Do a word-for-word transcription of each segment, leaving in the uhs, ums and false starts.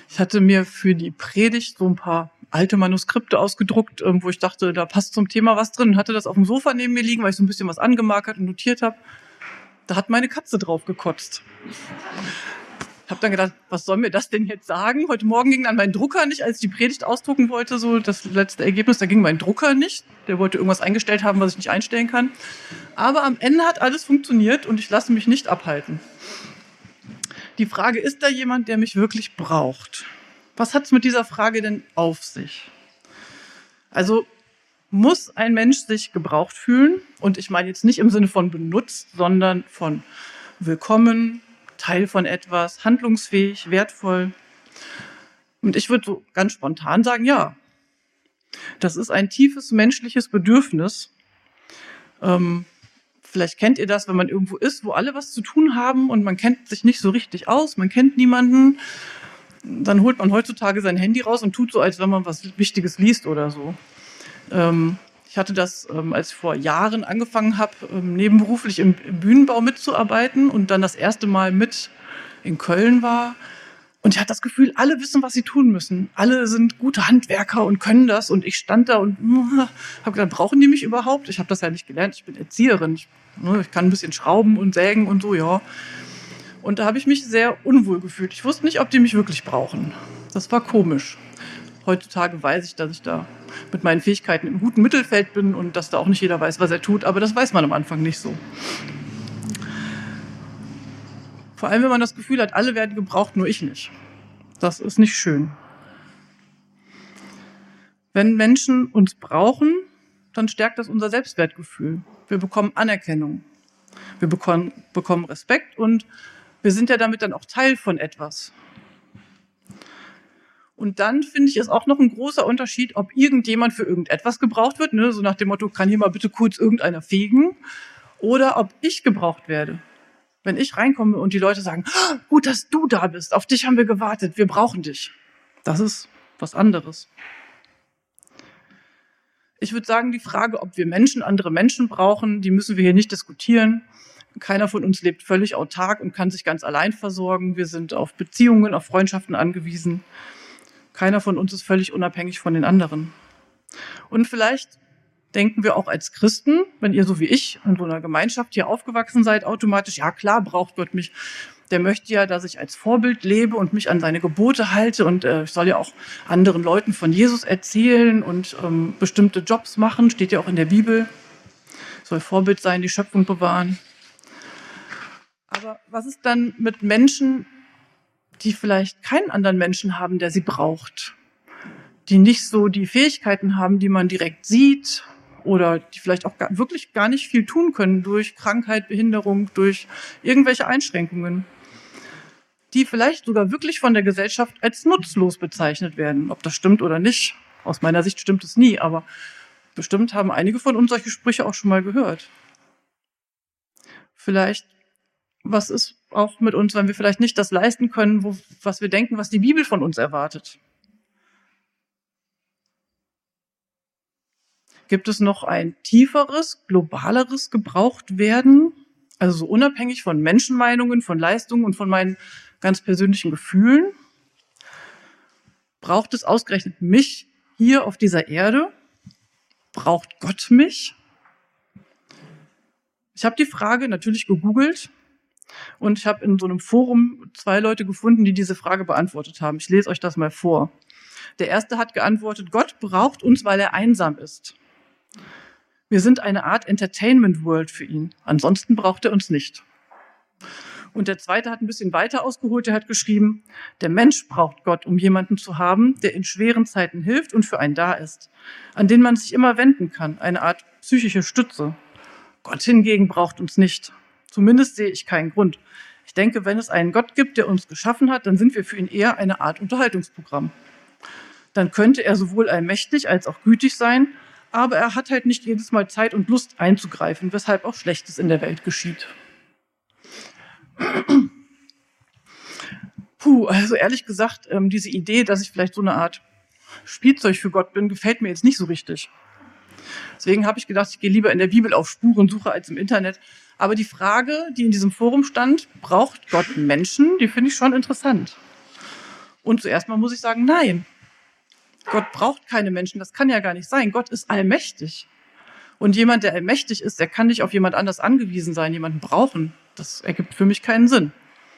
Ich hatte mir für die Predigt so ein paar alte Manuskripte ausgedruckt, ähm, wo ich dachte, da passt zum Thema was drin. Hatte das auf dem Sofa neben mir liegen, weil ich so ein bisschen was angemarkert und notiert habe. Da hat meine Katze drauf gekotzt. Ich habe dann gedacht, was soll mir das denn jetzt sagen? Heute Morgen ging dann mein Drucker nicht, als ich die Predigt ausdrucken wollte, so das letzte Ergebnis, da ging mein Drucker nicht. Der wollte irgendwas eingestellt haben, was ich nicht einstellen kann. Aber am Ende hat alles funktioniert und ich lasse mich nicht abhalten. Die Frage, ist da jemand, der mich wirklich braucht? Was hat es mit dieser Frage denn auf sich? Also muss ein Mensch sich gebraucht fühlen? Und ich meine jetzt nicht im Sinne von benutzt, sondern von willkommen, Teil von etwas, handlungsfähig, wertvoll. Und ich würde so ganz spontan sagen, ja. Das ist ein tiefes menschliches Bedürfnis. Ähm, vielleicht kennt ihr das, wenn man irgendwo ist, wo alle was zu tun haben und man kennt sich nicht so richtig aus, man kennt niemanden. Dann holt man heutzutage sein Handy raus und tut so, als wenn man was Wichtiges liest oder so. Ähm, ich hatte das, ähm, als ich vor Jahren angefangen habe, ähm, nebenberuflich im, im Bühnenbau mitzuarbeiten und dann das erste Mal mit in Köln war. Und ich hatte das Gefühl, alle wissen, was sie tun müssen. Alle sind gute Handwerker und können das. Und ich stand da und äh, habe gedacht, brauchen die mich überhaupt? Ich habe das ja nicht gelernt, ich bin Erzieherin. Ich, ne, ich kann ein bisschen schrauben und sägen und so, ja. Und da habe ich mich sehr unwohl gefühlt. Ich wusste nicht, ob die mich wirklich brauchen. Das war komisch. Heutzutage weiß ich, dass ich da mit meinen Fähigkeiten im guten Mittelfeld bin und dass da auch nicht jeder weiß, was er tut. Aber das weiß man am Anfang nicht so. Vor allem, wenn man das Gefühl hat, alle werden gebraucht, nur ich nicht. Das ist nicht schön. Wenn Menschen uns brauchen, dann stärkt das unser Selbstwertgefühl. Wir bekommen Anerkennung. Wir bekommen, bekommen Respekt und wir sind ja damit dann auch Teil von etwas. Und dann finde ich es auch noch ein großer Unterschied, ob irgendjemand für irgendetwas gebraucht wird, ne? So nach dem Motto, kann hier mal bitte kurz irgendeiner fegen, oder ob ich gebraucht werde. Wenn ich reinkomme und die Leute sagen, oh, gut, dass du da bist, auf dich haben wir gewartet, wir brauchen dich. Das ist was anderes. Ich würde sagen, die Frage, ob wir Menschen andere Menschen brauchen, die müssen wir hier nicht diskutieren. Keiner von uns lebt völlig autark und kann sich ganz allein versorgen. Wir sind auf Beziehungen, auf Freundschaften angewiesen. Keiner von uns ist völlig unabhängig von den anderen. Und vielleicht denken wir auch als Christen, wenn ihr so wie ich in so einer Gemeinschaft hier aufgewachsen seid, automatisch, ja klar, braucht Gott mich. Der möchte ja, dass ich als Vorbild lebe und mich an seine Gebote halte und äh, ich soll ja auch anderen Leuten von Jesus erzählen und ähm, bestimmte Jobs machen, steht ja auch in der Bibel. Ich soll Vorbild sein, die Schöpfung bewahren. Aber was ist dann mit Menschen, die vielleicht keinen anderen Menschen haben, der sie braucht? Die nicht so die Fähigkeiten haben, die man direkt sieht oder die vielleicht auch gar, wirklich gar nicht viel tun können durch Krankheit, Behinderung, durch irgendwelche Einschränkungen. Die vielleicht sogar wirklich von der Gesellschaft als nutzlos bezeichnet werden. Ob das stimmt oder nicht, aus meiner Sicht stimmt es nie, aber bestimmt haben einige von uns solche Sprüche auch schon mal gehört. Vielleicht, was ist auch mit uns, wenn wir vielleicht nicht das leisten können, wo, was wir denken, was die Bibel von uns erwartet? Gibt es noch ein tieferes, globaleres Gebrauchtwerden? Also so unabhängig von Menschenmeinungen, von Leistungen und von meinen ganz persönlichen Gefühlen? Braucht es ausgerechnet mich hier auf dieser Erde? Braucht Gott mich? Ich habe die Frage natürlich gegoogelt und ich habe in so einem Forum zwei Leute gefunden, die diese Frage beantwortet haben. Ich lese euch das mal vor. Der erste hat geantwortet, Gott braucht uns, weil er einsam ist. Wir sind eine Art Entertainment World für ihn. Ansonsten braucht er uns nicht. Und der zweite hat ein bisschen weiter ausgeholt. Der hat geschrieben, der Mensch braucht Gott, um jemanden zu haben, der in schweren Zeiten hilft und für einen da ist, an den man sich immer wenden kann. Eine Art psychische Stütze. Gott hingegen braucht uns nicht. Zumindest sehe ich keinen Grund. Ich denke, wenn es einen Gott gibt, der uns geschaffen hat, dann sind wir für ihn eher eine Art Unterhaltungsprogramm. Dann könnte er sowohl allmächtig als auch gütig sein, aber er hat halt nicht jedes Mal Zeit und Lust einzugreifen, weshalb auch Schlechtes in der Welt geschieht. Puh, also ehrlich gesagt, diese Idee, dass ich vielleicht so eine Art Spielzeug für Gott bin, gefällt mir jetzt nicht so richtig. Deswegen habe ich gedacht, ich gehe lieber in der Bibel auf Spurensuche als im Internet. Aber die Frage, die in diesem Forum stand, braucht Gott Menschen, die finde ich schon interessant. Und zuerst mal muss ich sagen, nein, Gott braucht keine Menschen, das kann ja gar nicht sein. Gott ist allmächtig. Und jemand, der allmächtig ist, der kann nicht auf jemand anders angewiesen sein, jemanden brauchen. Das ergibt für mich keinen Sinn.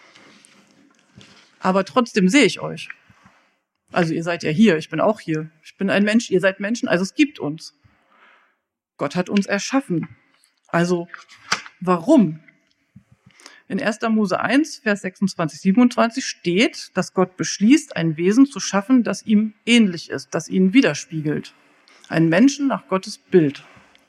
Aber trotzdem sehe ich euch. Also ihr seid ja hier, ich bin auch hier. Ich bin ein Mensch, ihr seid Menschen, also es gibt uns. Gott hat uns erschaffen. Also warum? In erster Mose eins, Vers sechsundzwanzig, siebenundzwanzig steht, dass Gott beschließt, ein Wesen zu schaffen, das ihm ähnlich ist, das ihn widerspiegelt. Einen Menschen nach Gottes Bild.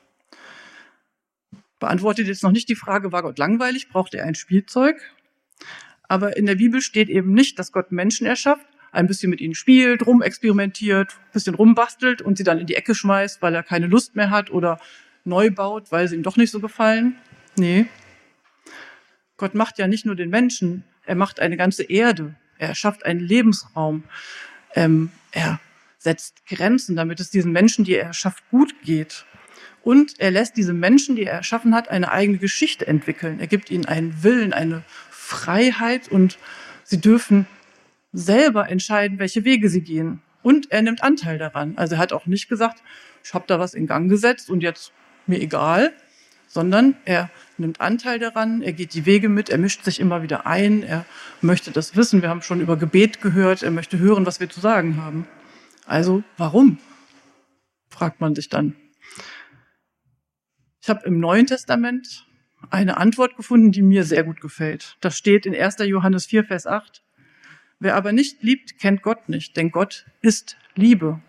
Beantwortet jetzt noch nicht die Frage, war Gott langweilig, brauchte er ein Spielzeug? Aber in der Bibel steht eben nicht, dass Gott Menschen erschafft, ein bisschen mit ihnen spielt, rumexperimentiert, ein bisschen rumbastelt und sie dann in die Ecke schmeißt, weil er keine Lust mehr hat oder neu baut, weil sie ihm doch nicht so gefallen. Nee. Gott macht ja nicht nur den Menschen, er macht eine ganze Erde, er schafft einen Lebensraum, ähm, er setzt Grenzen, damit es diesen Menschen, die er schafft, gut geht. Und er lässt diese Menschen, die er erschaffen hat, eine eigene Geschichte entwickeln. Er gibt ihnen einen Willen, eine Freiheit und sie dürfen selber entscheiden, welche Wege sie gehen. Und er nimmt Anteil daran. Also er hat auch nicht gesagt, ich habe da was in Gang gesetzt und jetzt mir egal, sondern er nimmt Anteil daran, er geht die Wege mit, er mischt sich immer wieder ein, er möchte das wissen. Wir haben schon über Gebet gehört, er möchte hören, was wir zu sagen haben. Also warum? Fragt man sich dann. Ich habe im Neuen Testament eine Antwort gefunden, die mir sehr gut gefällt. Das steht in erster Johannes vier, Vers acht. Wer aber nicht liebt, kennt Gott nicht, denn Gott ist Liebe.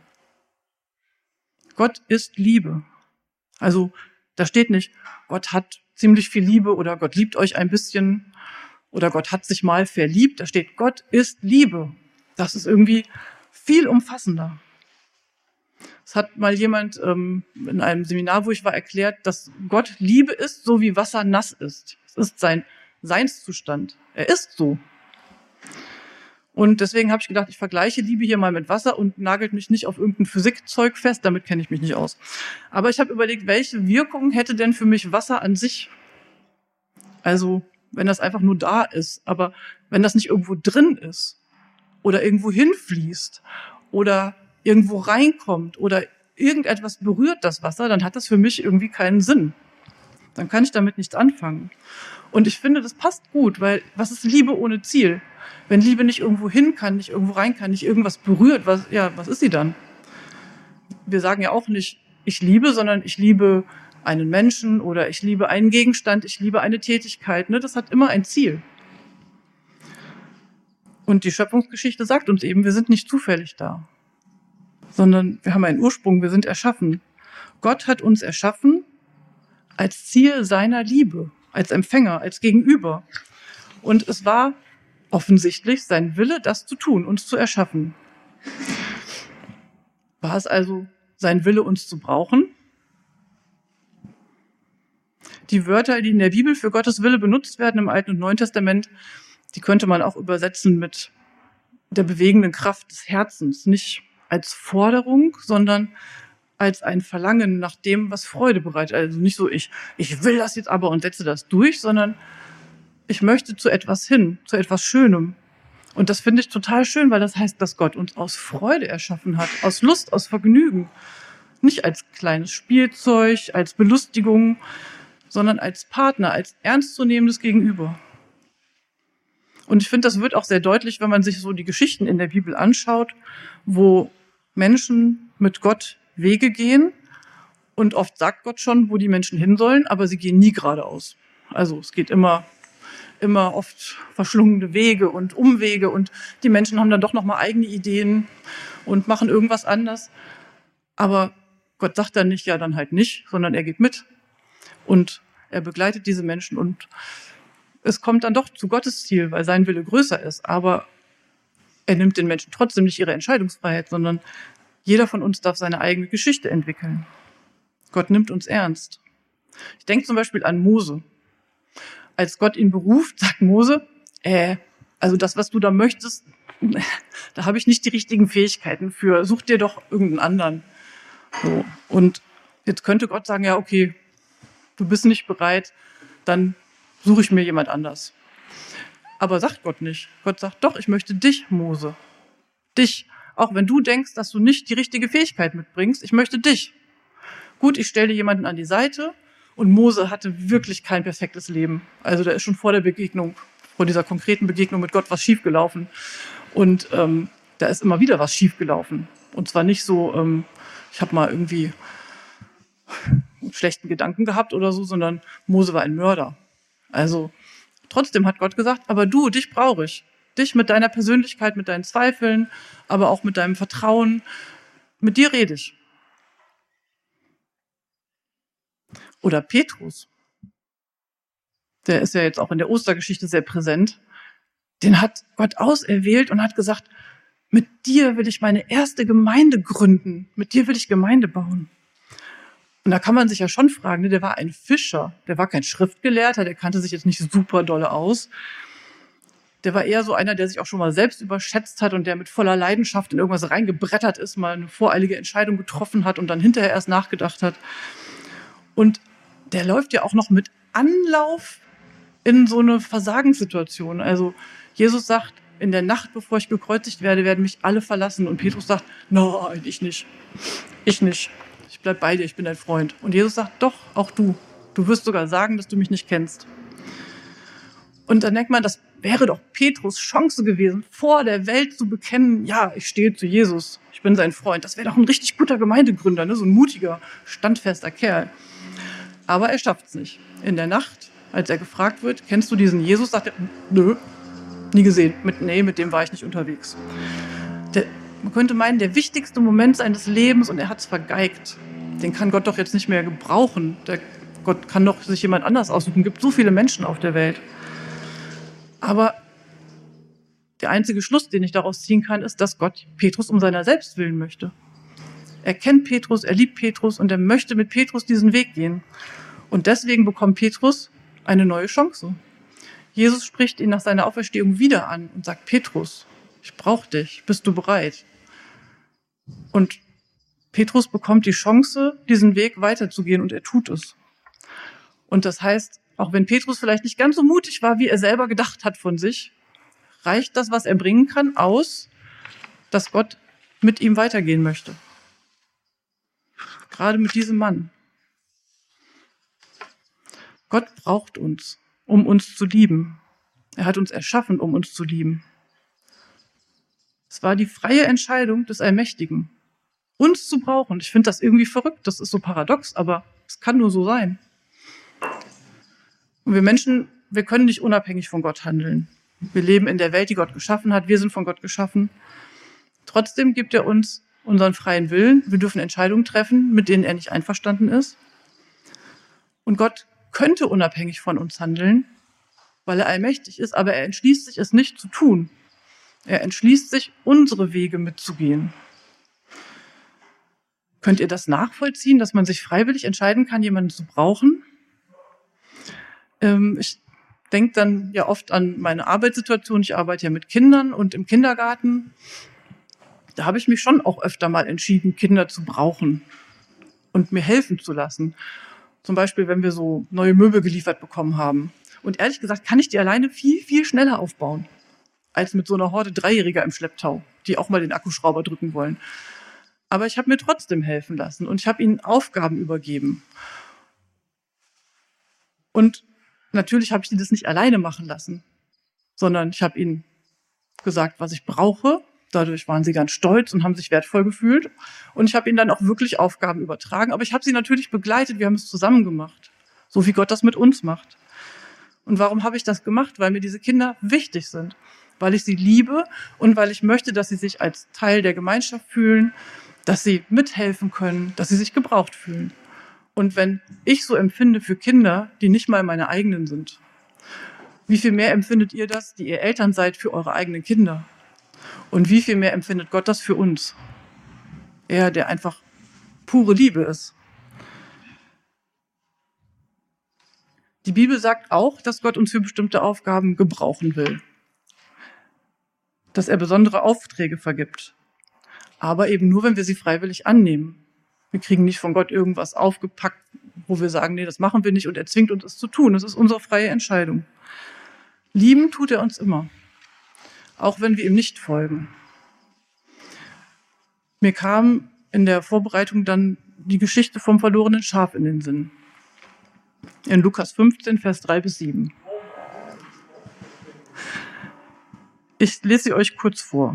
Gott ist Liebe. Also da steht nicht, Gott hat ziemlich viel Liebe oder Gott liebt euch ein bisschen oder Gott hat sich mal verliebt. Da steht, Gott ist Liebe. Das ist irgendwie viel umfassender. Es hat mal jemand ähm, in einem Seminar, wo ich war, erklärt, dass Gott Liebe ist, so wie Wasser nass ist. Es ist sein Seinszustand. Er ist so. Und deswegen habe ich gedacht, ich vergleiche Liebe hier mal mit Wasser und nagelt mich nicht auf irgendein Physikzeug fest, damit kenne ich mich nicht aus. Aber ich habe überlegt, welche Wirkung hätte denn für mich Wasser an sich? Also, wenn das einfach nur da ist, aber wenn das nicht irgendwo drin ist oder irgendwo hinfließt oder irgendwo reinkommt oder irgendetwas berührt das Wasser, dann hat das für mich irgendwie keinen Sinn. Dann kann ich damit nichts anfangen. Und ich finde, das passt gut, weil was ist Liebe ohne Ziel? Wenn Liebe nicht irgendwo hin kann, nicht irgendwo rein kann, nicht irgendwas berührt, was, ja, was ist sie dann? Wir sagen ja auch nicht, ich liebe, sondern ich liebe einen Menschen oder ich liebe einen Gegenstand, ich liebe eine Tätigkeit. Ne? Das hat immer ein Ziel. Und die Schöpfungsgeschichte sagt uns eben, wir sind nicht zufällig da, sondern wir haben einen Ursprung, wir sind erschaffen. Gott hat uns erschaffen als Ziel seiner Liebe, als Empfänger, als Gegenüber. Und es war offensichtlich sein Wille, das zu tun, uns zu erschaffen. War es also sein Wille, uns zu brauchen? Die Wörter, die in der Bibel für Gottes Wille benutzt werden im Alten und Neuen Testament, die könnte man auch übersetzen mit der bewegenden Kraft des Herzens. Nicht als Forderung, sondern als ein Verlangen nach dem, was Freude bereitet. Also nicht so, ich, ich will das jetzt aber und setze das durch, sondern ich möchte zu etwas hin, zu etwas Schönem. Und das finde ich total schön, weil das heißt, dass Gott uns aus Freude erschaffen hat, aus Lust, aus Vergnügen. Nicht als kleines Spielzeug, als Belustigung, sondern als Partner, als ernstzunehmendes Gegenüber. Und ich finde, das wird auch sehr deutlich, wenn man sich so die Geschichten in der Bibel anschaut, wo Menschen mit Gott Wege gehen. Und oft sagt Gott schon, wo die Menschen hin sollen, aber sie gehen nie geradeaus. Also es geht immer immer oft verschlungene Wege und Umwege und die Menschen haben dann doch noch mal eigene Ideen und machen irgendwas anders. Aber Gott sagt dann nicht, ja, dann halt nicht, sondern er geht mit und er begleitet diese Menschen und es kommt dann doch zu Gottes Ziel, weil sein Wille größer ist. Aber er nimmt den Menschen trotzdem nicht ihre Entscheidungsfreiheit, sondern jeder von uns darf seine eigene Geschichte entwickeln. Gott nimmt uns ernst. Ich denke zum Beispiel an Mose. Als Gott ihn beruft, sagt Mose, äh, also das, was du da möchtest, da habe ich nicht die richtigen Fähigkeiten für. Such dir doch irgendeinen anderen. So. Und jetzt könnte Gott sagen, ja, okay, du bist nicht bereit, dann suche ich mir jemand anders. Aber sagt Gott nicht. Gott sagt, doch, ich möchte dich, Mose. Dich. Auch wenn du denkst, dass du nicht die richtige Fähigkeit mitbringst. Ich möchte dich. Gut, ich stelle dir jemanden an die Seite. Und Mose hatte wirklich kein perfektes Leben. Also da ist schon vor der Begegnung, vor dieser konkreten Begegnung mit Gott was schiefgelaufen. Und ähm, da ist immer wieder was schiefgelaufen. Und zwar nicht so, ähm, ich habe mal irgendwie einen schlechten Gedanken gehabt oder so, sondern Mose war ein Mörder. Also trotzdem hat Gott gesagt, aber du, dich brauche ich. Dich mit deiner Persönlichkeit, mit deinen Zweifeln, aber auch mit deinem Vertrauen. Mit dir rede ich. Oder Petrus. Der ist ja jetzt auch in der Ostergeschichte sehr präsent. Den hat Gott auserwählt und hat gesagt, mit dir will ich meine erste Gemeinde gründen. Mit dir will ich Gemeinde bauen. Und da kann man sich ja schon fragen, ne, der war ein Fischer. Der war kein Schriftgelehrter, der kannte sich jetzt nicht super dolle aus. Der war eher so einer, der sich auch schon mal selbst überschätzt hat und der mit voller Leidenschaft in irgendwas reingebrettert ist, mal eine voreilige Entscheidung getroffen hat und dann hinterher erst nachgedacht hat. Und der läuft ja auch noch mit Anlauf in so eine Versagenssituation. Also Jesus sagt, in der Nacht, bevor ich gekreuzigt werde, werden mich alle verlassen. Und Petrus sagt, nein, ich nicht. Ich nicht. Ich bleib bei dir, ich bin dein Freund. Und Jesus sagt, doch, auch du. Du wirst sogar sagen, dass du mich nicht kennst. Und dann denkt man, das wäre doch Petrus Chance gewesen, vor der Welt zu bekennen, ja, ich stehe zu Jesus, ich bin sein Freund. Das wäre doch ein richtig guter Gemeindegründer, ne? So ein mutiger, standfester Kerl. Aber er schafft es nicht. In der Nacht, als er gefragt wird, kennst du diesen Jesus, sagt er, nö, nie gesehen. Mit, nee, mit dem war ich nicht unterwegs. Der, man könnte meinen, der wichtigste Moment seines Lebens und er hat es vergeigt. Den kann Gott doch jetzt nicht mehr gebrauchen. Der, Gott kann doch sich jemand anders aussuchen. Es gibt so viele Menschen auf der Welt. Aber der einzige Schluss, den ich daraus ziehen kann, ist, dass Gott Petrus um seiner selbst willen möchte. Er kennt Petrus, er liebt Petrus und er möchte mit Petrus diesen Weg gehen. Und deswegen bekommt Petrus eine neue Chance. Jesus spricht ihn nach seiner Auferstehung wieder an und sagt, Petrus, ich brauche dich, bist du bereit? Und Petrus bekommt die Chance, diesen Weg weiterzugehen und er tut es. Und das heißt, auch wenn Petrus vielleicht nicht ganz so mutig war, wie er selber gedacht hat von sich, reicht das, was er bringen kann, aus, dass Gott mit ihm weitergehen möchte. Gerade mit diesem Mann. Gott braucht uns, um uns zu lieben. Er hat uns erschaffen, um uns zu lieben. Es war die freie Entscheidung des Allmächtigen, uns zu brauchen. Ich finde das irgendwie verrückt, das ist so paradox, aber es kann nur so sein. Und wir Menschen, wir können nicht unabhängig von Gott handeln. Wir leben in der Welt, die Gott geschaffen hat. Wir sind von Gott geschaffen. Trotzdem gibt er uns unseren freien Willen. Wir dürfen Entscheidungen treffen, mit denen er nicht einverstanden ist. Und Gott könnte unabhängig von uns handeln, weil er allmächtig ist, aber er entschließt sich, es nicht zu tun. Er entschließt sich, unsere Wege mitzugehen. Könnt ihr das nachvollziehen, dass man sich freiwillig entscheiden kann, jemanden zu brauchen? Ähm, ich denke dann ja oft an meine Arbeitssituation. Ich arbeite ja mit Kindern und im Kindergarten. Da habe ich mich schon auch öfter mal entschieden, Kinder zu brauchen und mir helfen zu lassen. Zum Beispiel, wenn wir so neue Möbel geliefert bekommen haben. Und ehrlich gesagt kann ich die alleine viel, viel schneller aufbauen, als mit so einer Horde Dreijähriger im Schlepptau, die auch mal den Akkuschrauber drücken wollen. Aber ich habe mir trotzdem helfen lassen und ich habe ihnen Aufgaben übergeben. Und natürlich habe ich die das nicht alleine machen lassen, sondern ich habe ihnen gesagt, was ich brauche. Dadurch waren sie ganz stolz und haben sich wertvoll gefühlt. Und ich habe ihnen dann auch wirklich Aufgaben übertragen. Aber ich habe sie natürlich begleitet. Wir haben es zusammen gemacht. So wie Gott das mit uns macht. Und warum habe ich das gemacht? Weil mir diese Kinder wichtig sind. Weil ich sie liebe und weil ich möchte, dass sie sich als Teil der Gemeinschaft fühlen, dass sie mithelfen können, dass sie sich gebraucht fühlen. Und wenn ich so empfinde für Kinder, die nicht mal meine eigenen sind, wie viel mehr empfindet ihr das, die ihr Eltern seid, für eure eigenen Kinder? Und wie viel mehr empfindet Gott das für uns? Er, der einfach pure Liebe ist. Die Bibel sagt auch, dass Gott uns für bestimmte Aufgaben gebrauchen will. Dass er besondere Aufträge vergibt. Aber eben nur, wenn wir sie freiwillig annehmen. Wir kriegen nicht von Gott irgendwas aufgepackt, wo wir sagen, nee, das machen wir nicht und er zwingt uns, es zu tun. Das ist unsere freie Entscheidung. Lieben tut er uns immer. Auch wenn wir ihm nicht folgen. Mir kam in der Vorbereitung dann die Geschichte vom verlorenen Schaf in den Sinn. In Lukas fünfzehn, Vers drei bis sieben. Ich lese sie euch kurz vor.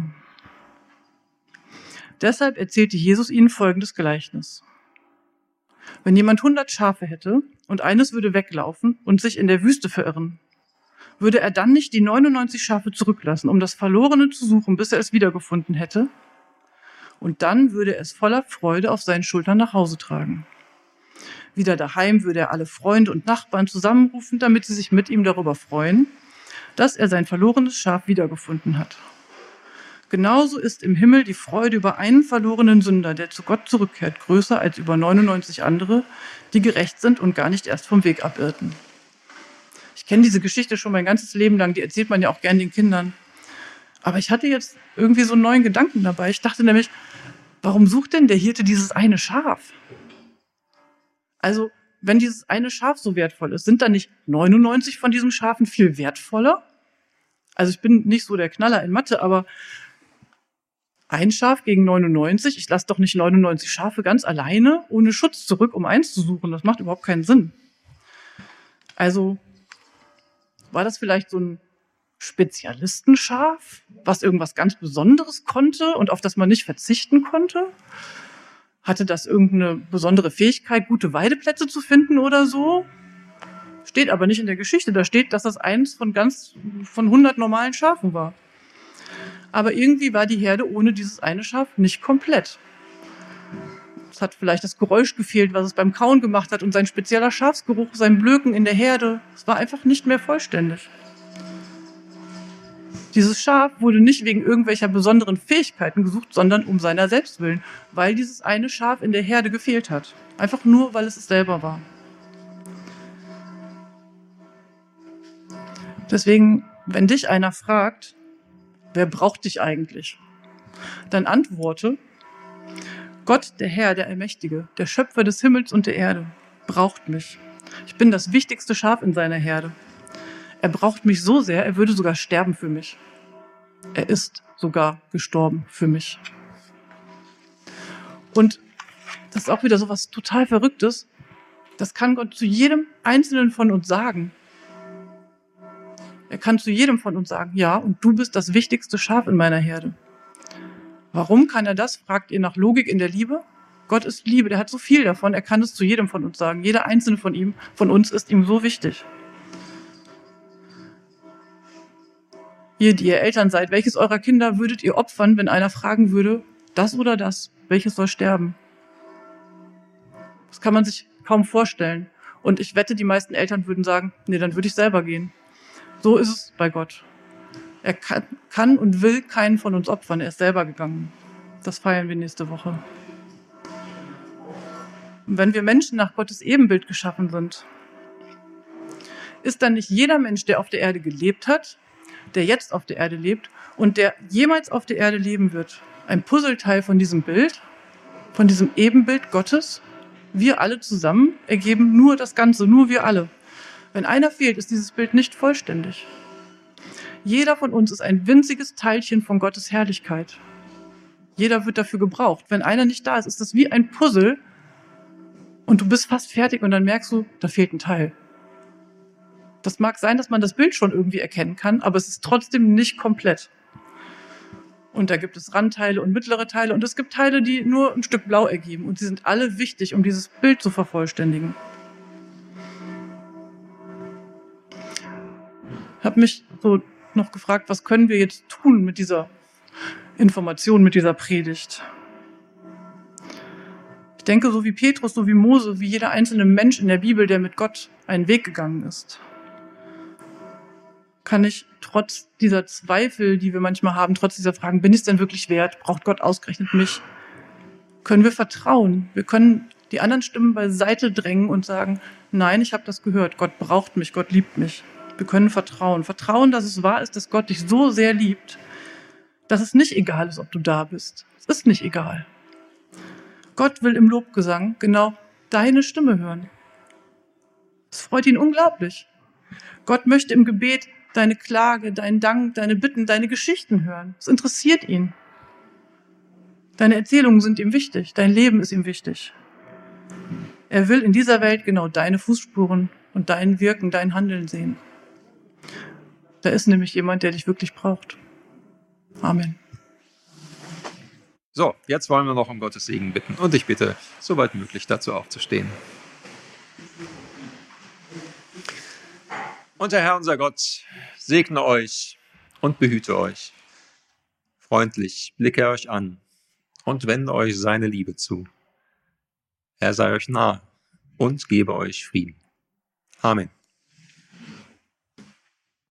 Deshalb erzählte Jesus ihnen folgendes Gleichnis. Wenn jemand hundert Schafe hätte und eines würde weglaufen und sich in der Wüste verirren, würde er dann nicht die neunundneunzig Schafe zurücklassen, um das Verlorene zu suchen, bis er es wiedergefunden hätte? Und dann würde er es voller Freude auf seinen Schultern nach Hause tragen. Wieder daheim würde er alle Freunde und Nachbarn zusammenrufen, damit sie sich mit ihm darüber freuen, dass er sein verlorenes Schaf wiedergefunden hat. Genauso ist im Himmel die Freude über einen verlorenen Sünder, der zu Gott zurückkehrt, größer als über neunundneunzig andere, die gerecht sind und gar nicht erst vom Weg abirrten. Ich kenne diese Geschichte schon mein ganzes Leben lang, die erzählt man ja auch gern den Kindern. Aber ich hatte jetzt irgendwie so einen neuen Gedanken dabei. Ich dachte nämlich, warum sucht denn der Hirte dieses eine Schaf? Also, wenn dieses eine Schaf so wertvoll ist, sind dann nicht neunundneunzig von diesen Schafen viel wertvoller? Also ich bin nicht so der Knaller in Mathe, aber ein Schaf gegen neunundneunzig, ich lasse doch nicht neunundneunzig Schafe ganz alleine ohne Schutz zurück, um eins zu suchen. Das macht überhaupt keinen Sinn. Also war das vielleicht so ein Spezialistenschaf, was irgendwas ganz Besonderes konnte und auf das man nicht verzichten konnte? Hatte das irgendeine besondere Fähigkeit, gute Weideplätze zu finden oder so? Steht aber nicht in der Geschichte. Da steht, dass das eins von ganz, von hundert normalen Schafen war. Aber irgendwie war die Herde ohne dieses eine Schaf nicht komplett. Es hat vielleicht das Geräusch gefehlt, was es beim Kauen gemacht hat und sein spezieller Schafsgeruch, sein Blöken in der Herde. Es war einfach nicht mehr vollständig. Dieses Schaf wurde nicht wegen irgendwelcher besonderen Fähigkeiten gesucht, sondern um seiner selbst willen, weil dieses eine Schaf in der Herde gefehlt hat. Einfach nur, weil es es selber war. Deswegen, wenn dich einer fragt, wer braucht dich eigentlich? Dann antworte, Gott, der Herr, der Allmächtige, der Schöpfer des Himmels und der Erde, braucht mich. Ich bin das wichtigste Schaf in seiner Herde. Er braucht mich so sehr, er würde sogar sterben für mich. Er ist sogar gestorben für mich. Und das ist auch wieder so was total Verrücktes. Das kann Gott zu jedem Einzelnen von uns sagen. Er kann zu jedem von uns sagen, ja, und du bist das wichtigste Schaf in meiner Herde. Warum kann er das? Fragt ihr nach Logik in der Liebe? Gott ist Liebe, der hat so viel davon, er kann es zu jedem von uns sagen. Jeder einzelne von ihm, von uns ist ihm so wichtig. Ihr, die ihr Eltern seid, welches eurer Kinder würdet ihr opfern, wenn einer fragen würde, das oder das, welches soll sterben? Das kann man sich kaum vorstellen. Und ich wette, die meisten Eltern würden sagen, nee, dann würde ich selber gehen. So ist es bei Gott. Er kann, kann und will keinen von uns opfern, er ist selber gegangen. Das feiern wir nächste Woche. Und wenn wir Menschen nach Gottes Ebenbild geschaffen sind, ist dann nicht jeder Mensch, der auf der Erde gelebt hat, der jetzt auf der Erde lebt und der jemals auf der Erde leben wird, ein Puzzleteil von diesem Bild, von diesem Ebenbild Gottes? Wir alle zusammen ergeben nur das Ganze, nur wir alle. Wenn einer fehlt, ist dieses Bild nicht vollständig. Jeder von uns ist ein winziges Teilchen von Gottes Herrlichkeit. Jeder wird dafür gebraucht. Wenn einer nicht da ist, ist das wie ein Puzzle und du bist fast fertig und dann merkst du, da fehlt ein Teil. Das mag sein, dass man das Bild schon irgendwie erkennen kann, aber es ist trotzdem nicht komplett. Und da gibt es Randteile und mittlere Teile und es gibt Teile, die nur ein Stück Blau ergeben und sie sind alle wichtig, um dieses Bild zu vervollständigen. Ich habe mich so noch gefragt, was können wir jetzt tun mit dieser Information, mit dieser Predigt? Ich denke, so wie Petrus, so wie Mose, wie jeder einzelne Mensch in der Bibel, der mit Gott einen Weg gegangen ist, kann ich trotz dieser Zweifel, die wir manchmal haben, trotz dieser Fragen, bin ich es denn wirklich wert? Braucht Gott ausgerechnet mich? Können wir vertrauen? Wir können die anderen Stimmen beiseite drängen und sagen, nein, ich habe das gehört. Gott braucht mich, Gott liebt mich. Wir können vertrauen. Vertrauen, dass es wahr ist, dass Gott dich so sehr liebt, dass es nicht egal ist, ob du da bist. Es ist nicht egal. Gott will im Lobgesang genau deine Stimme hören. Es freut ihn unglaublich. Gott möchte im Gebet deine Klage, deinen Dank, deine Bitten, deine Geschichten hören. Es interessiert ihn. Deine Erzählungen sind ihm wichtig, dein Leben ist ihm wichtig. Er will in dieser Welt genau deine Fußspuren und dein Wirken, dein Handeln sehen. Da ist nämlich jemand, der dich wirklich braucht. Amen. So, jetzt wollen wir noch um Gottes Segen bitten und ich bitte, soweit möglich dazu aufzustehen. Und der Herr, unser Gott, segne euch und behüte euch. Freundlich blicke er euch an und wende euch seine Liebe zu. Er sei euch nahe und gebe euch Frieden. Amen.